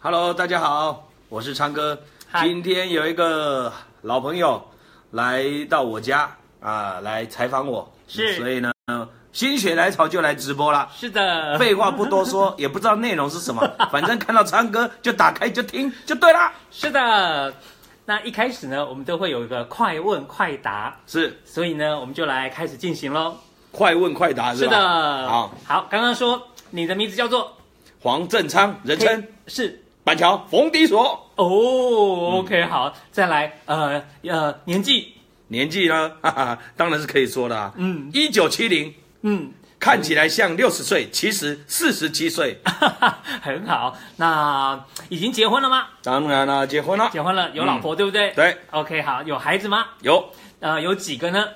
Hello， 大家好，我是昌哥。今天有一个老朋友来到我家啊，来采访我，所以呢，心血来潮就来直播了。 是的， 废话不多说，也不知道内容是什么，反正看到昌哥就打开就听就对了。 是的，那一开始呢，我们都会有一个快问快答， 是， 所以呢，我们就来开始进行喽。 快问快答是吧？ 是的， 好， 刚刚说你的名字叫做黄正昌，人称是板桥冯迪所。 OK， 好，再来，年纪呢，哈哈，当然是可以说的啊，1970，看起来像60岁，其实47岁， 很好。那已经结婚了吗？ 当然了，结婚了， 有老婆对不对？ 对。 OK， 好，有孩子吗？ 有。 有几个呢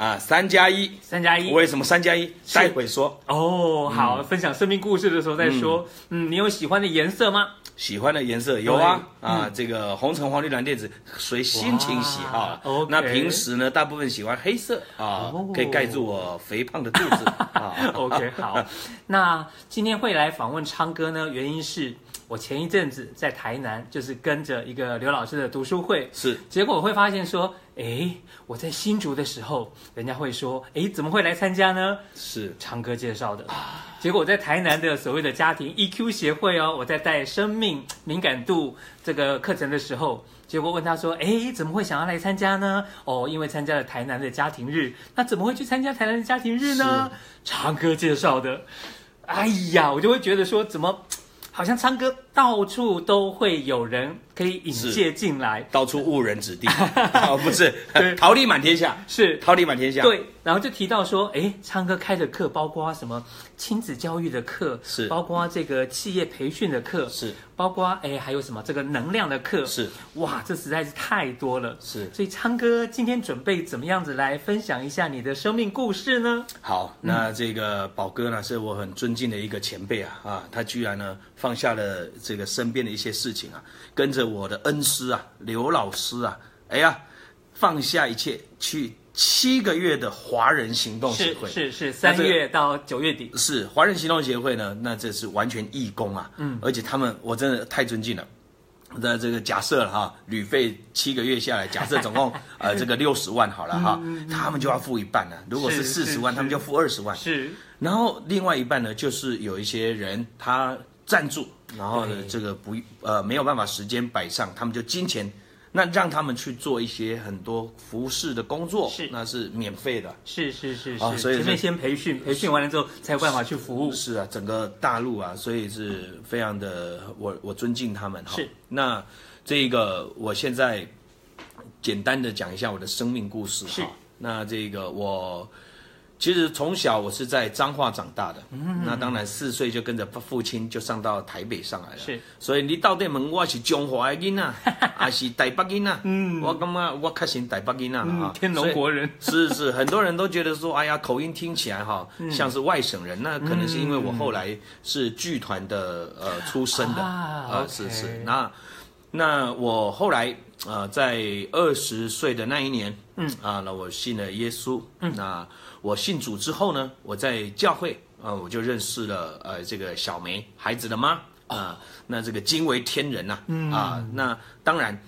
？3+1。为什么3+1？待会说。 好，分享生命故事的时候再说。你有喜欢的颜色吗？ 喜欢的颜色有啊，这个红橙黄绿蓝靛紫随心情喜好。那平时呢，大部分喜欢黑色啊，可以盖住我肥胖的肚子啊。 OK， 好。那今天会来访问昌哥呢，原因是我前一阵子在台南，就是跟着一个刘老师的读书会，结果我会发现说，我在新竹的时候，人家会说，怎么会来参加呢？ 是昌哥介绍的。结果我在台南的所谓的家庭 EQ 协会我在带生命敏感度这个课程的时候，结果问他说，怎么会想要来参加呢？因为参加了台南的家庭日。那怎么会去参加台南的家庭日呢？昌哥介绍的。哎呀，我就会觉得说，怎么好像昌哥到处都会有人可以引介进来， 到处误人子弟不是，桃李满天下， 是桃李满天下。 对，然后就提到说，昌哥开的课包括什么亲子教育的课， 是包括这个企业培训的课， 是包括还有什么这个能量的课， 是哇，这实在是太多了。 是， 所以昌哥今天准备怎么样子来分享一下你的生命故事呢？ 好，那这个宝哥呢，是我很尊敬的一个前辈他居然呢放下了这个身边的一些事情跟着我的恩师刘老师放下一切去7个月的华人行动协会， 是3月到9月底， 是华人行动协会呢，那这是完全义工而且他们我真的太尊敬了。那这个假设旅费7个月下来，假设总共这个60万好了他们就要付一半了。如果是40万，他们就付20万。 是， 然后另外一半呢，就是有一些人他赞助，然后呢这个没有办法时间摆上，他们就金钱。那让他们去做一些很多服饰的工作，那是免费的。 是，所以前面先培训完了之后才有办法去服务。 是啊，整个大陆所以是非常的，我尊敬他们是， 那这个我现在简单的讲一下我的生命故事那这个我其实从小我是在彰化长大的，那当然4岁就跟着父亲就上到台北上来了， 是， 所以你到底问我是中华的囡仔，还是台北囡仔？我感觉我较像台北囡仔天龙国人。 是，很多人都觉得说，哎呀，口音听起来像是外省人，那可能是因为我后来是剧团的出身的是，那我后来在20岁的那一年，那我信了耶稣，那我信主之后呢，我在教会我就认识了这个小梅孩子的妈那这个惊为天人那当然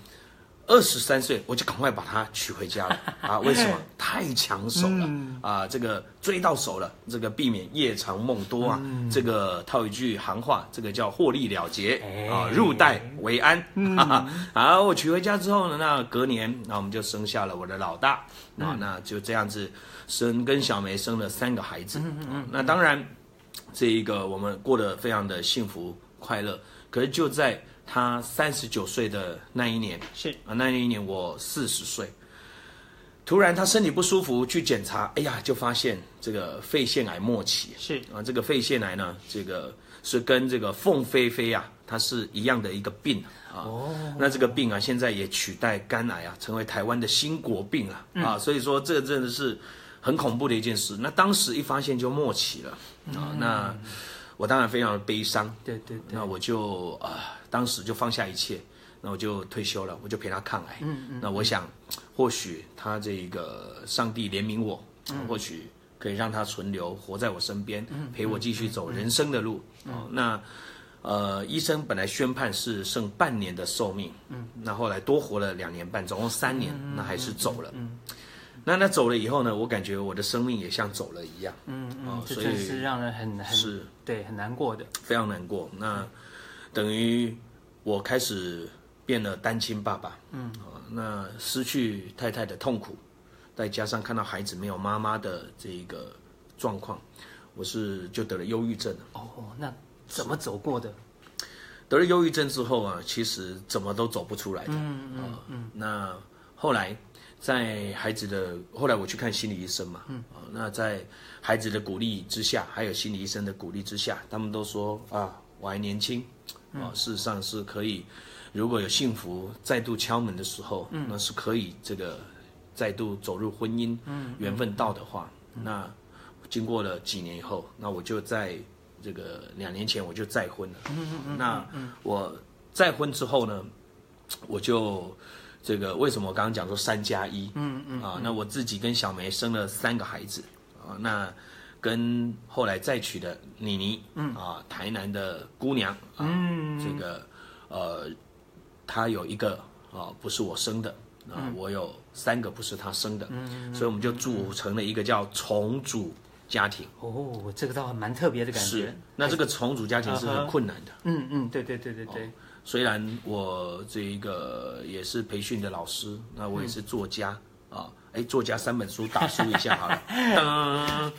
23岁我就赶快把她娶回家了为什么？太抢手了这个追到手了，这个避免夜长梦多这个套一句行话，这个叫获利了结入袋为安好，我娶回家之后呢，那隔年那我们就生下了我的老大那就这样子跟小梅生了3个孩子那当然这一个我们过得非常的幸福快乐，可是就在他39岁的那一年，那一年我40岁，突然他身体不舒服去检查，就发现这个肺腺癌末期，这个肺腺癌呢，这个是跟这个凤飞飞它是一样的一个病那这个病现在也取代肝癌成为台湾的新国病所以说这个真的是很恐怖的一件事。那当时一发现就末期了那我当然非常的悲伤， 对， 那我就当时就放下一切，那我就退休了，我就陪他抗癌。那我想，或许他这个上帝怜悯我，或许可以让他存留，活在我身边，陪我继续走人生的路。那医生本来宣判是剩半年的寿命，那后来多活了2年半，总共3年，那还是走了。那走了以后呢，我感觉我的生命也像走了一样。 这真是让人很难过的， 非常难过。那等于我开始变了单亲爸爸。那失去太太的痛苦，再加上看到孩子没有妈妈的这个状况，我就得了忧郁症了。 那怎么走过的？ 得了忧郁症之后啊，其实怎么都走不出来的。那后来后来我去看心理医生嘛。那在孩子的鼓励之下，还有心理医生的鼓励之下，他们都说我还年轻，事实上是可以，如果有幸福再度敲门的时候，那是可以这个再度走入婚姻，缘分到的话，那经过了几年以后，那我就在这个2年前我就再婚了。那我再婚之后呢，我就这个为什么我刚刚讲说3+1？那我自己跟小梅生了3个孩子那跟后来再娶的妮妮台南的姑娘这个她有一个不是我生的我有3个不是她生的，所以我们就组成了一个叫重组家庭。 这个倒蛮特别的感觉。 是，那这个重组家庭是很困难的。 对。 虽然我这一个也是培训的老师，那我也是作家作家3本书打书一下好了。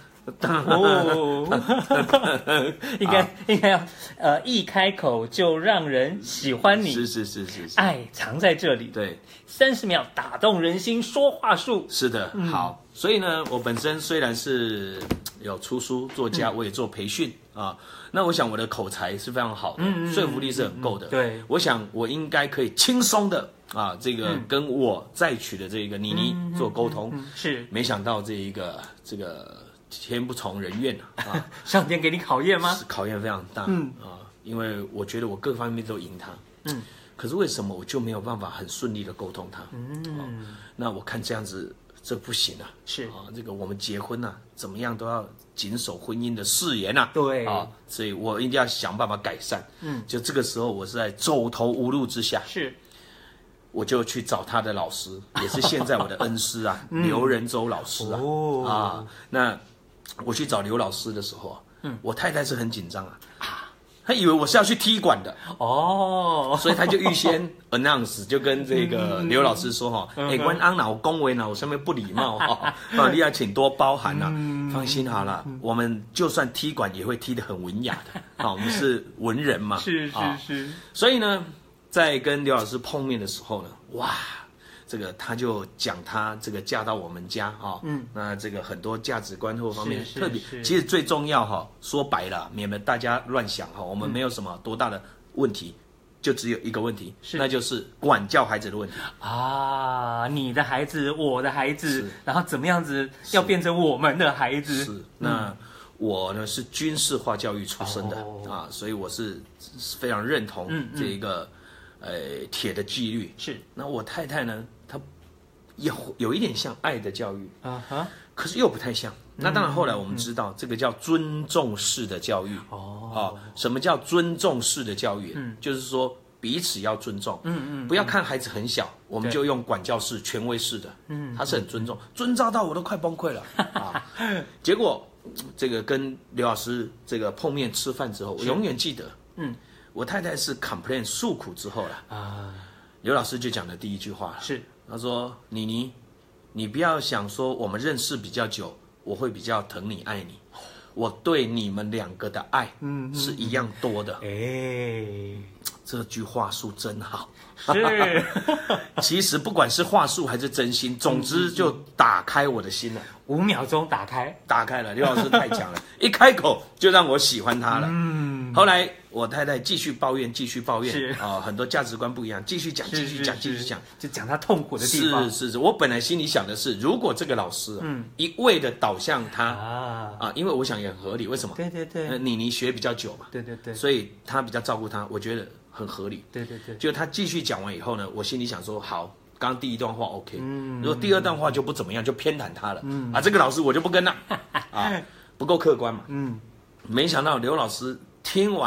应该要一开口就让人喜欢你。 是， 爱藏在这里。 对 ，30秒打动人心说话术。 是的，好。所以呢，我本身虽然是有出书作家，我也做培训那我想我的口才是非常好的，说服力是很够的。 对， 我想我应该可以轻松的这个跟我再娶的这个妮妮做沟通。 是， 没想到这个天不从人愿上天给你考验吗？ 是考验非常大因为我觉得我各方面都赢他。可是为什么我就没有办法很顺利的沟通他？那我看这样子这不行啊。 是这个我们结婚怎么样都要谨守婚姻的誓言对所以我一定要想办法改善。就这个时候我是在走投无路之下，我就去找他的老师，也是现在我的恩师刘仁洲老师那我去找刘老师的时候我太太是很紧张他以为我是要去踢馆的所以他就预先 announce 就跟这个刘老师说关安我恭维我上面不礼貌你要请多包涵放心好了，我们就算踢馆也会踢得很文雅的我们是文人嘛。 是所以呢，在跟刘老师碰面的时候呢，哇，这个他就讲他这个嫁到我们家那这个很多价值观或方面特别，其实最重要说白了，免得大家乱想我们没有什么多大的问题，就只有一个问题，那就是管教孩子的问题你的孩子，我的孩子，然后怎么样子要变成我们的孩子。 是，那我呢是军事化教育出身的所以我是非常认同这一个铁的纪律。 是， 那我太太呢，她有一点像爱的教育可是又不太像。那当然后来我们知道这个叫尊重式的教育什么叫尊重式的教育就是说彼此要尊重不要看孩子很小我们就用管教式权威式的他是很尊重，遵照到我都快崩溃了结果这个跟刘老师这个碰面吃饭之后，我永远记得我太太是 complain 诉苦之后刘老师就讲的第一句话是他说妮妮，你不要想说我们认识比较久我会比较疼你爱你，我对你们2个的爱是一样多的。这句话术真好。 是其实不管是话术还是真心，总之就打开我的心了。 5秒钟打开了，刘老师太强了一开口就让我喜欢他了后来我太太继续抱怨很多价值观不一样，继续讲， 就讲他痛苦的地方。 是，我本来心里想的是，如果这个老师一味的导向他因为我想也很合理，为什么？ 对， 你学比较久嘛， 对， 所以他比较照顾他，我觉得很合理。 对， 就他继续讲完以后呢，我心里想说，好，刚刚第一段话 OK，如果第2段话就不怎么样，就偏袒他了这个老师我就不跟了不够客观嘛没想到刘老师听完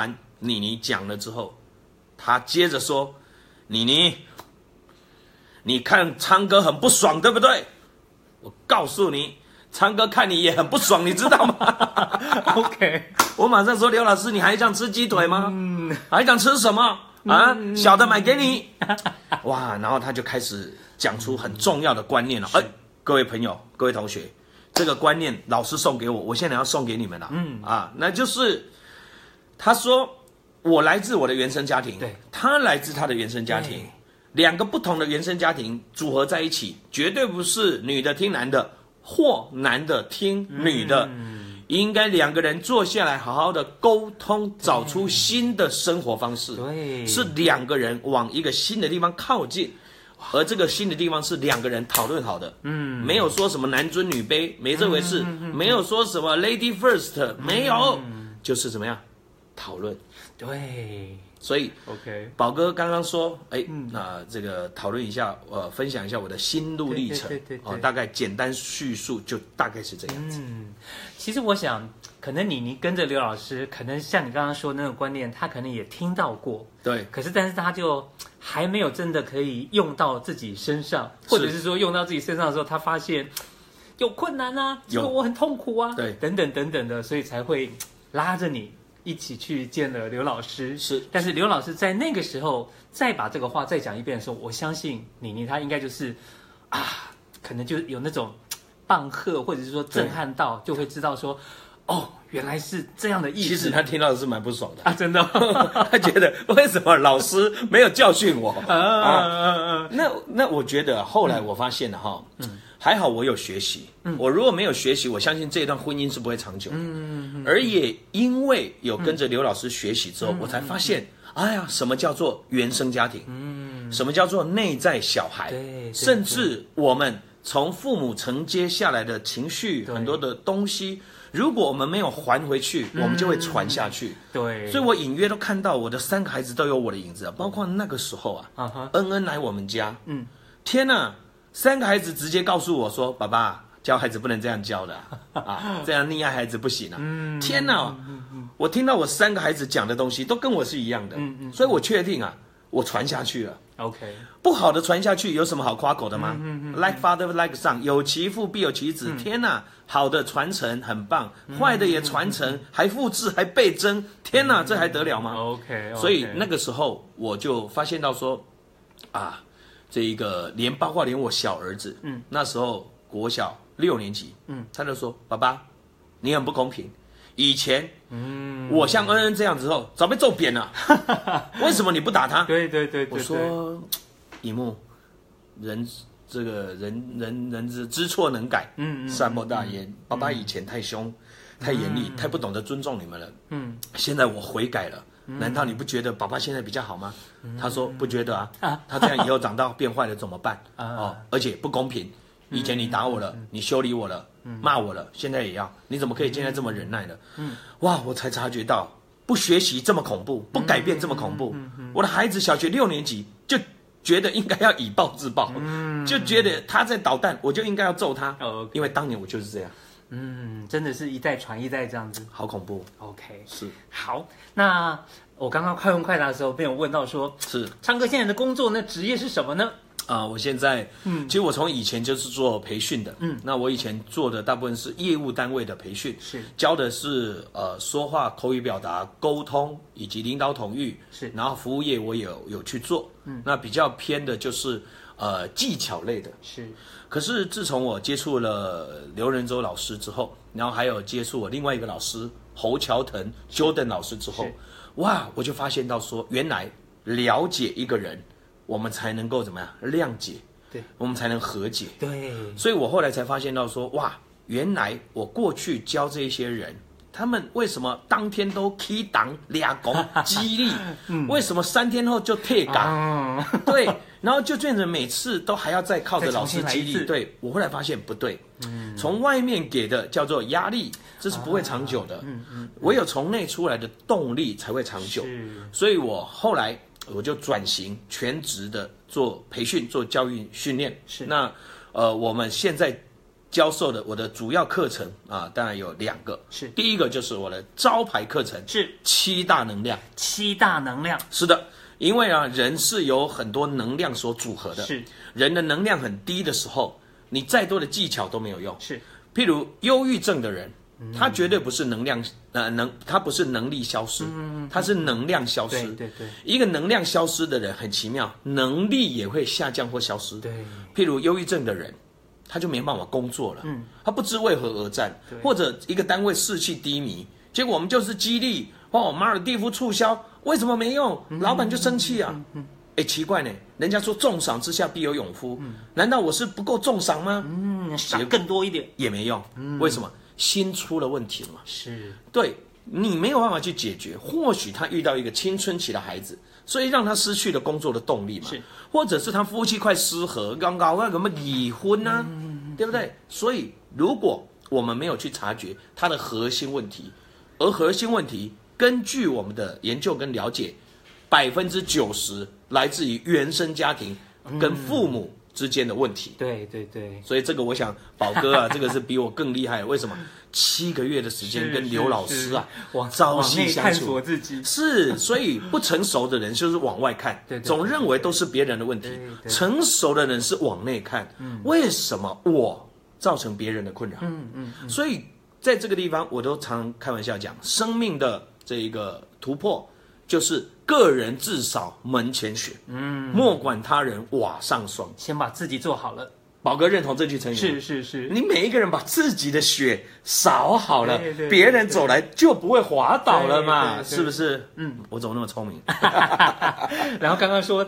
妮妮讲了之后，他接着说：“妮妮，你看昌哥很不爽，对不对？我告诉你，昌哥看你也很不爽，你知道吗？” OK， 我马上说：“刘老师，你还想吃鸡腿吗？还想吃什么啊？小的买给你。”哇，然后他就开始讲出很重要的观念了。各位朋友，各位同学，这个观念老师送给我，我现在要送给你们了。那就是他说我来自我的原生家庭， 对， 他来自他的原生家庭，两个不同的原生家庭组合在一起，绝对不是女的听男的或男的听女的。应该两个人坐下来好好的沟通，找出新的生活方式。 对， 是两个人往一个新的地方靠近，而这个新的地方是两个人讨论好的。没有说什么男尊女卑，没这回事。没有说什么 lady first，没有，就是怎么样讨论。 对， 所以 OK， 宝哥刚刚说，那这个讨论一下，分享一下我的心路历程。 对， 大概简单叙述，就大概是这样子。 其实我想，可能你跟着刘老师，可能像你刚刚说的那个观念，他可能也听到过， 对。 但是他就还没有真的可以用到自己身上，或者是说用到自己身上的时候，他发现有困难啊，这个我很痛苦啊， 对， 等等的，所以才会拉着你一起去见了刘老师。 是， 但是刘老师在那个时候再把这个话再讲一遍的时候，我相信妮妮她应该就是可能就有那种棒喝，或者是说震撼到，就会知道说，原来是这样的意思。 其实他听到的是蛮不爽的真的。 他觉得为什么老师没有教训我那我觉得后来我发现了还好我有学习。我如果没有学习，我相信这段婚姻是不会长久的。而也因为有跟着刘老师学习之后，我才发现，什么叫做原生家庭？什么叫做内在小孩？甚至我们从父母承接下来的情绪，很多的东西，如果我们没有还回去，我们就会传下去。 对， 所以我隐约都看到我的3个孩子都有我的影子，包括那个时候恩恩来我们家，天哪，3个孩子直接告诉我说：“爸爸，教孩子不能这样教的这样溺爱孩子不行啊！”天哪，我听到我3个孩子讲的东西都跟我是一样的，所以我确定我传下去了。 OK， 不好的传下去有什么好夸口的吗？Like father like son， 有其父必有其子。天哪，好的传承很棒，坏的也传承，还复制还倍增。天哪，这还得了吗 ？OK， 所以那个时候我就发现到说，这一个包括连我小儿子，那时候国小6年级，他就说：“爸爸，你很不公平。以前，我像恩恩这样子后，早被揍扁了。为什么你不打他？” 对。 我说，一木，人知错能改，善莫大焉。爸爸以前太凶、太严厉、太不懂得尊重你们了。现在我悔改了。难道你不觉得爸爸现在比较好吗？他说不觉得他这样以后长大变坏了怎么办？而且不公平。以前你打我了，你修理我了，骂我了，现在也要，你怎么可以现在这么忍耐呢？哇，我才察觉到不学习这么恐怖，不改变这么恐怖。我的孩子小学6年级就觉得应该要以暴制暴，就觉得他在捣蛋，我就应该要揍他。因为当年我就是这样。 真的是一代传一代这样子， 好恐怖。 OK， 是好。那我刚刚快问快答的时候被我问到说， 是昌哥现在的工作职业是什么呢？ 我现在，其实我从以前就是做培训的，那我以前做的大部分是业务单位的培训， 是教的是说话、口语表达、沟通以及领导统御， 是， 然后服务业我也有去做，那比较偏的就是技巧类的， 是。 可是自从我接触了刘仁洲老师之后，然后还有接触我另外一个老师侯乔腾 Jordan 老师之后，哇，我就发现到说，原来了解一个人，我们才能够怎么样谅解， 对， 我们才能和解， 对。 所以我后来才发现到说，哇，原来我过去教这些人，他们为什么当天都起档俩拱激励？为什么3天后就退岗？对，然后就变成每次都还要再靠着老师激励。对，我后来发现不对，从外面给的叫做压力，这是不会长久的。唯有从内出来的动力才会长久。所以我后来我就转型全职的做培训，做教育训练。是那我们现在教授的我的主要课程啊，当然有2个。 是第一个就是我的招牌课程， 是 7大能量。 7大能量， 是的，因为啊，人是由很多能量所组合的。 是人的能量很低的时候，你再多的技巧都没有用。 是， 譬如忧郁症的人，他绝对不是能量他不是能力消失，他是能量消失。 对对对， 一个能量消失的人很奇妙，能力也会下降或消失。 对， 譬如忧郁症的人，他就没办法工作了，他不知为何而战，或者一个单位士气低迷，结果我们就是激励，马尔地夫促销，为什么没用？老板就生气啊。奇怪呢，人家说重赏之下必有勇夫，难道我是不够重赏吗？ 赏更多一点也没用，为什么？心出了问题了嘛。 是， 对，你没有办法去解决，或许他遇到一个青春期的孩子，所以让他失去了工作的动力嘛，或者是他夫妻快失和，刚刚那什么离婚啊，对不对？所以如果我们没有去察觉他的核心问题，而核心问题根据我们的研究跟了解，90%来自于原生家庭跟父母之间的问题。 对对对， 所以这个我想宝哥啊，这个是比我更厉害。为什么？7个月的时间跟刘老师啊朝夕相处， 探索自己是，所以不成熟的人就是往外看，总认为都是别人的问题；成熟的人是往内看，为什么我造成别人的困扰？所以在这个地方，我都常开玩笑讲，生命的这一个突破，就是个人至少门前雪，莫管他人瓦上霜。 先把自己做好了。 宝哥认同这句成语吗？ 是， 你每一个人把自己的雪扫好了，别人走来就不会滑倒了嘛，是不是？我怎么那么聪明？ 然后刚刚说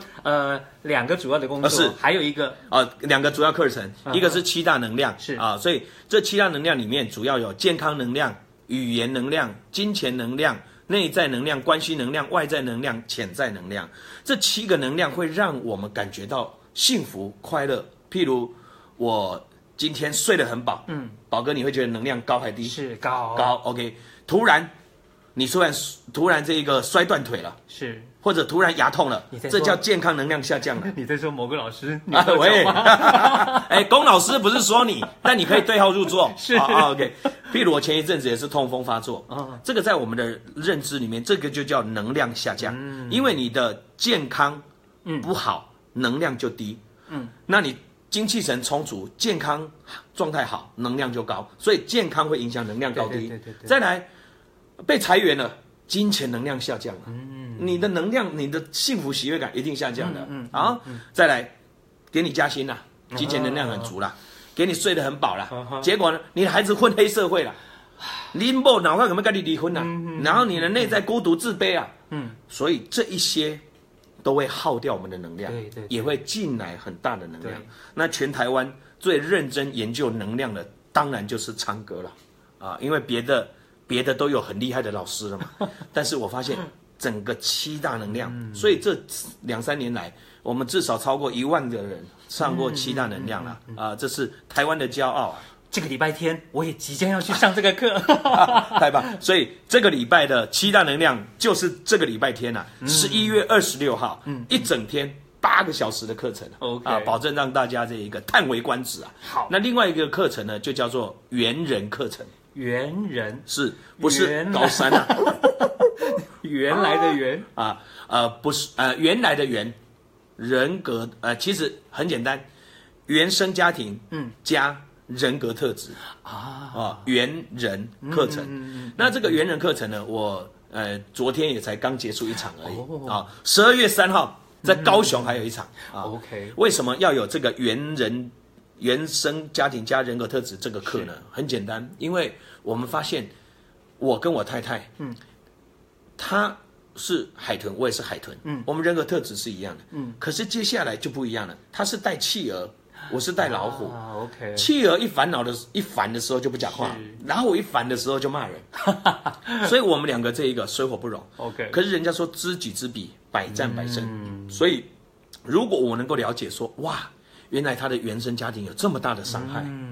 2个主要的工作， 是还有一个 2个主要课程，一个是7大能量， 是啊，所以这7大能量里面主要有健康能量、语言能量、金钱能量、内在能量、关系能量、外在能量、潜在能量。这7个能量会让我们感觉到幸福快乐。譬如我今天睡得很饱，宝哥你会觉得能量高还低？ 是高 OK。突然你突然这一个摔断腿了， 是， 或者突然牙痛了，这叫健康能量下降了。 你在说某个老师？ 喂，龚老师不是说你，但你可以对号入座。 是 OK。譬如我前一阵子也是痛风发作，这个在我们的认知里面，这个就叫能量下降，因为你的健康不好，能量就低。那你精气神充足，健康状态好，能量就高，所以健康会影响能量高低。 对。 再来，被裁员了，金钱能量下降了，你的能量、你的幸福喜悦感一定下降的。再来，给你加薪了，金钱能量很足了，给你睡得很饱了，结果呢，你的孩子混黑社会了，你某脑壳怎么跟你离婚了？然后你的内在孤独自卑啊，所以这一些都会耗掉我们的能量，也会进来很大的能量。那全台湾最认真研究能量的，当然就是昌哥了啊，因为别的都有很厉害的老师了嘛。但是我发现整个7大能量，所以这2-3年来，我们至少超过1万个人上过7大能量了这是台湾的骄傲啊。 这个礼拜天我也即将要去上这个课， 太棒！所以这个礼拜的7大能量就是这个礼拜天11月26号，一整天8个小时的课程保证让大家这一个叹为观止啊。 好， 那另外一个课程呢，就叫做猿人课程。 猿人是不是高山啊？ 原来的猿不是原来的猿，人格其实很简单，原生家庭加人格特质猿人课程。那这个猿人课程呢，我昨天也才刚结束一场而已12月3号在高雄还有一场 OK， 为什么要有这个原生家庭加人格特质这个课呢？很简单，因为我们发现我跟我太太她是海豚，我也是海豚我们人格特质是一样的可是接下来就不一样了，她是带企鹅，我是带老虎 OK， 企鹅一烦的时候就不讲话，老虎一烦的时候就骂人所以我们2个这一个水火不容 OK， 可是人家说知己知彼，百战百胜所以如果我能够了解说，哇，原来他的原生家庭有这么大的伤害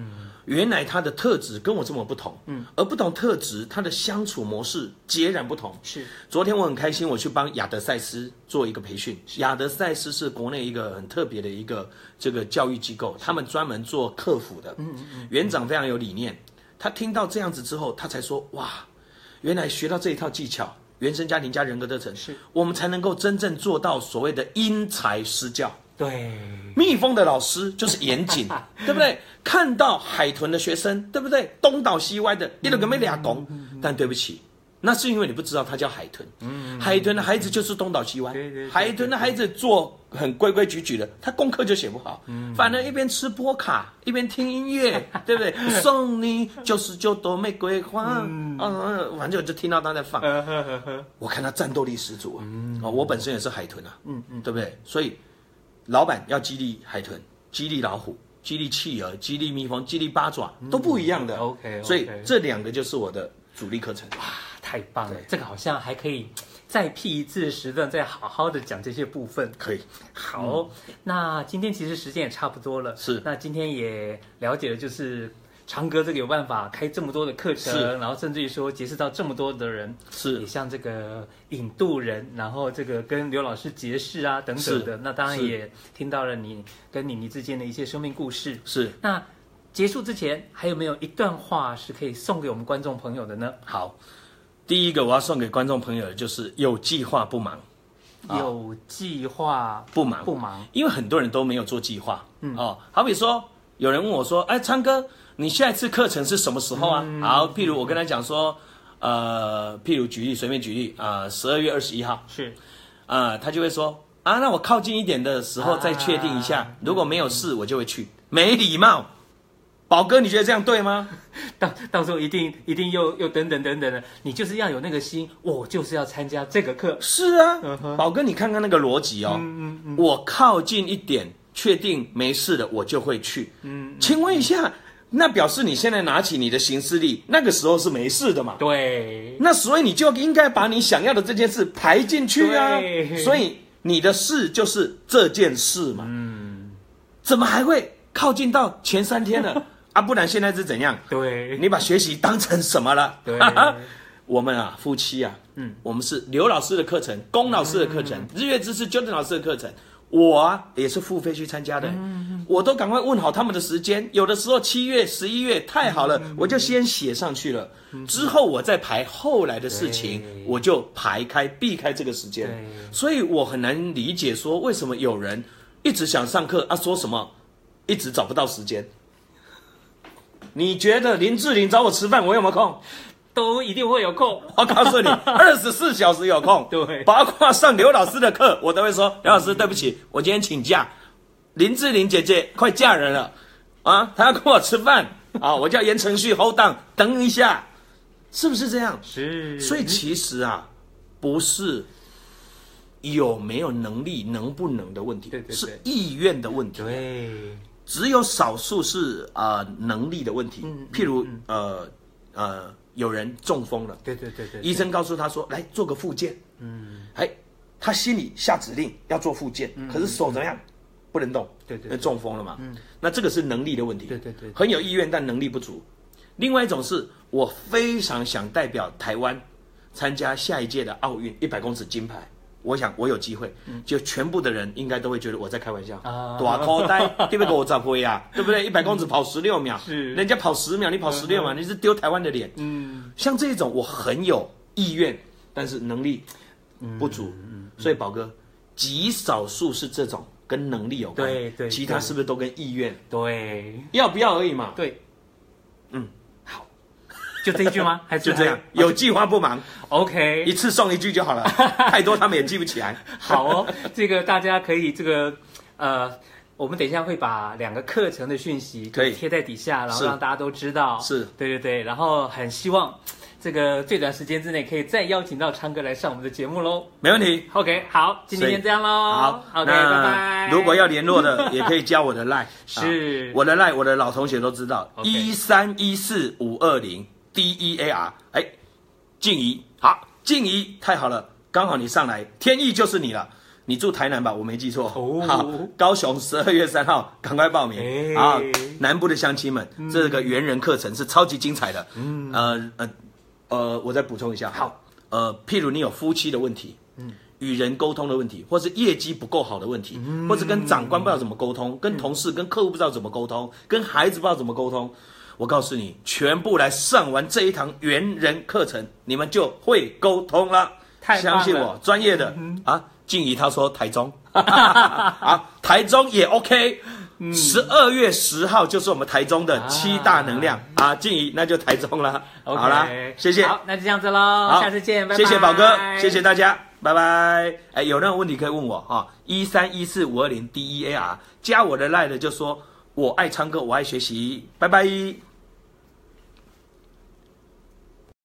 原来他的特质跟我这么不同，而不同特质，他的相处模式截然不同。 是， 昨天我很开心，我去帮亚德赛斯做一个培训。亚德赛斯是国内一个很特别的一个这个教育机构，他们专门做客服的。园长非常有理念，他听到这样子之后，他才说：哇，原来学到这一套技巧，原生家庭加人格特征，是我们才能够真正做到所谓的因材施教。 对， 蜜蜂的老师就是严谨，对不对？看到海豚的学生，对不对？东倒西歪的，一路跟没俩拱。但对不起，那是因为你不知道它叫海豚。海豚的孩子就是东倒西歪，海豚的孩子做很规规矩矩的，他功课就写不好，反而一边吃波卡一边听音乐，对不对？送你99朵玫瑰花，反正我就听到他在放，我看他战斗力十足啊。我本身也是海豚啊，对不对？所以老板要激励海豚，激励老虎，激励企鹅，激励蜜蜂，激励八爪，都不一样的。 OK， 所以这2个就是我的主力课程。 哇，太棒了！这个好像还可以再辟一次时段，再好好的讲这些部分。 可以。 好，那今天其实时间也差不多了。 是。 那今天也了解了，就是长哥这个有办法开这么多的课程，然后甚至于说结识到这么多的人， 是也像这个引渡人，然后这个跟刘老师结识啊等等的。那当然也听到了你跟妮妮之间的一些生命故事。 是。 那结束之前，还有没有一段话是可以送给我们观众朋友的呢？ 好，第一个我要送给观众朋友的就是有计划不忙。 有计划不忙， 不忙， 因为很多人都没有做计划。好比说有人问我说：“哎，昌哥，你下一次课程是什么时候啊？”好，譬如我跟他讲说，譬如举例，随便举例，12月21号是， 他就会说那我靠近一点的时候再确定一下，如果没有事我就会去。没礼貌，宝哥，你觉得这样对吗？ 到时候一定又等等的，你就是要有那个心，我就是要参加这个课。 是啊，宝哥，你看看那个逻辑哦，我靠近一点，确定没事了，我就会去。请问一下，那表示你现在拿起你的行事历，那个时候是没事的嘛？ 对。 那所以你就应该把你想要的这件事排进去啊。所以你的事就是这件事嘛。怎么还会靠近到前3天了不然现在是怎样？ 对， 你把学习当成什么了？ 对， 我们夫妻我们是刘老师的课程、龚老师的课程、日月知识Jordan老师的课程，我也是付费去参加的。我都赶快问好他们的时间，有的时候7月、11月太好了，我就先写上去了，之后我再排后来的事情，我就避开这个时间。所以我很难理解说为什么有人一直想上课说什么一直找不到时间。你觉得林志玲找我吃饭，我有没有空？ 都一定会有空。 我告诉你，24小时有空。 对， 包括上刘老师的课，我都会说，刘老师对不起，我今天请假。林志玲姐姐快嫁人了她要跟我吃饭我叫言承旭 hold on， 等一下，是不是这样？ 是。 所以其实不是有没有能力、能不能的问题， 对， 是意愿的问题。 对。 只有少数是能力的问题，譬如有人中风了， 对， 医生告诉他说来做个复健，他心里下指令要做复健，可是手怎么样不能动， 对， 中风了嘛，那这个是能力的问题， 对， 很有意愿但能力不足。另外一种是我非常想代表台湾参加下一届的奥运100公尺金牌。我想我有机会，就全部的人应该都会觉得我在开玩笑。大口袋，对不对？50岁啊，对不对？100公尺跑16秒，是人家跑10秒，你跑16秒，你是丢台湾的脸。像这种我很有意愿，但是能力不足。所以宝哥，极少数是这种跟能力有关， 对， 其他是不是都跟意愿？ 对， 要不要而已嘛。 对，好。就这一句吗？还是就这样？有计划不忙 ，OK， 一次送1句就好了，太多他们也记不起来。 好这个大家可以我们等一下会把2个课程的讯息可以贴在底下，然后让大家都知道。 是， 对，然后很希望这个最短时间之内可以再邀请到昌哥来上我们的节目喽。 没问题 ，OK， 好，今天先这样喽。 好 ，OK， 拜拜。 如果要联络的，也可以加我的 LINE， 是我的 LINE， 我的老同学都知道，1314520。DEAR， 静怡，好，静怡，太好了，刚好你上来，天意就是你了。 你住台南吧？我没记错。 哦好，高雄12月3号，赶快报名啊！南部的乡亲们，这个猿人课程是超级精彩的。我再补充一下。 好， 譬如你有夫妻的问题，与人沟通的问题，或是业绩不够好的问题，或是跟长官不知道怎么沟通，跟同事、跟客户不知道怎么沟通，跟孩子不知道怎么沟通。我告诉你，全部来上完这一堂猿人课程，你们就会沟通了。 太棒了， 相信我，专业的啊。静怡她说台中，啊，台中也 OK。12月10号就是我们台中的7大能量啊，静怡那就台中了。好啦，谢谢。 好，那就这样子喽，下次见，拜拜。 谢谢宝哥，谢谢大家，拜拜。哎，有任何问题可以问我哈，1314520DEAR，加我的 LINE 就说我爱唱歌，我爱学习，拜拜。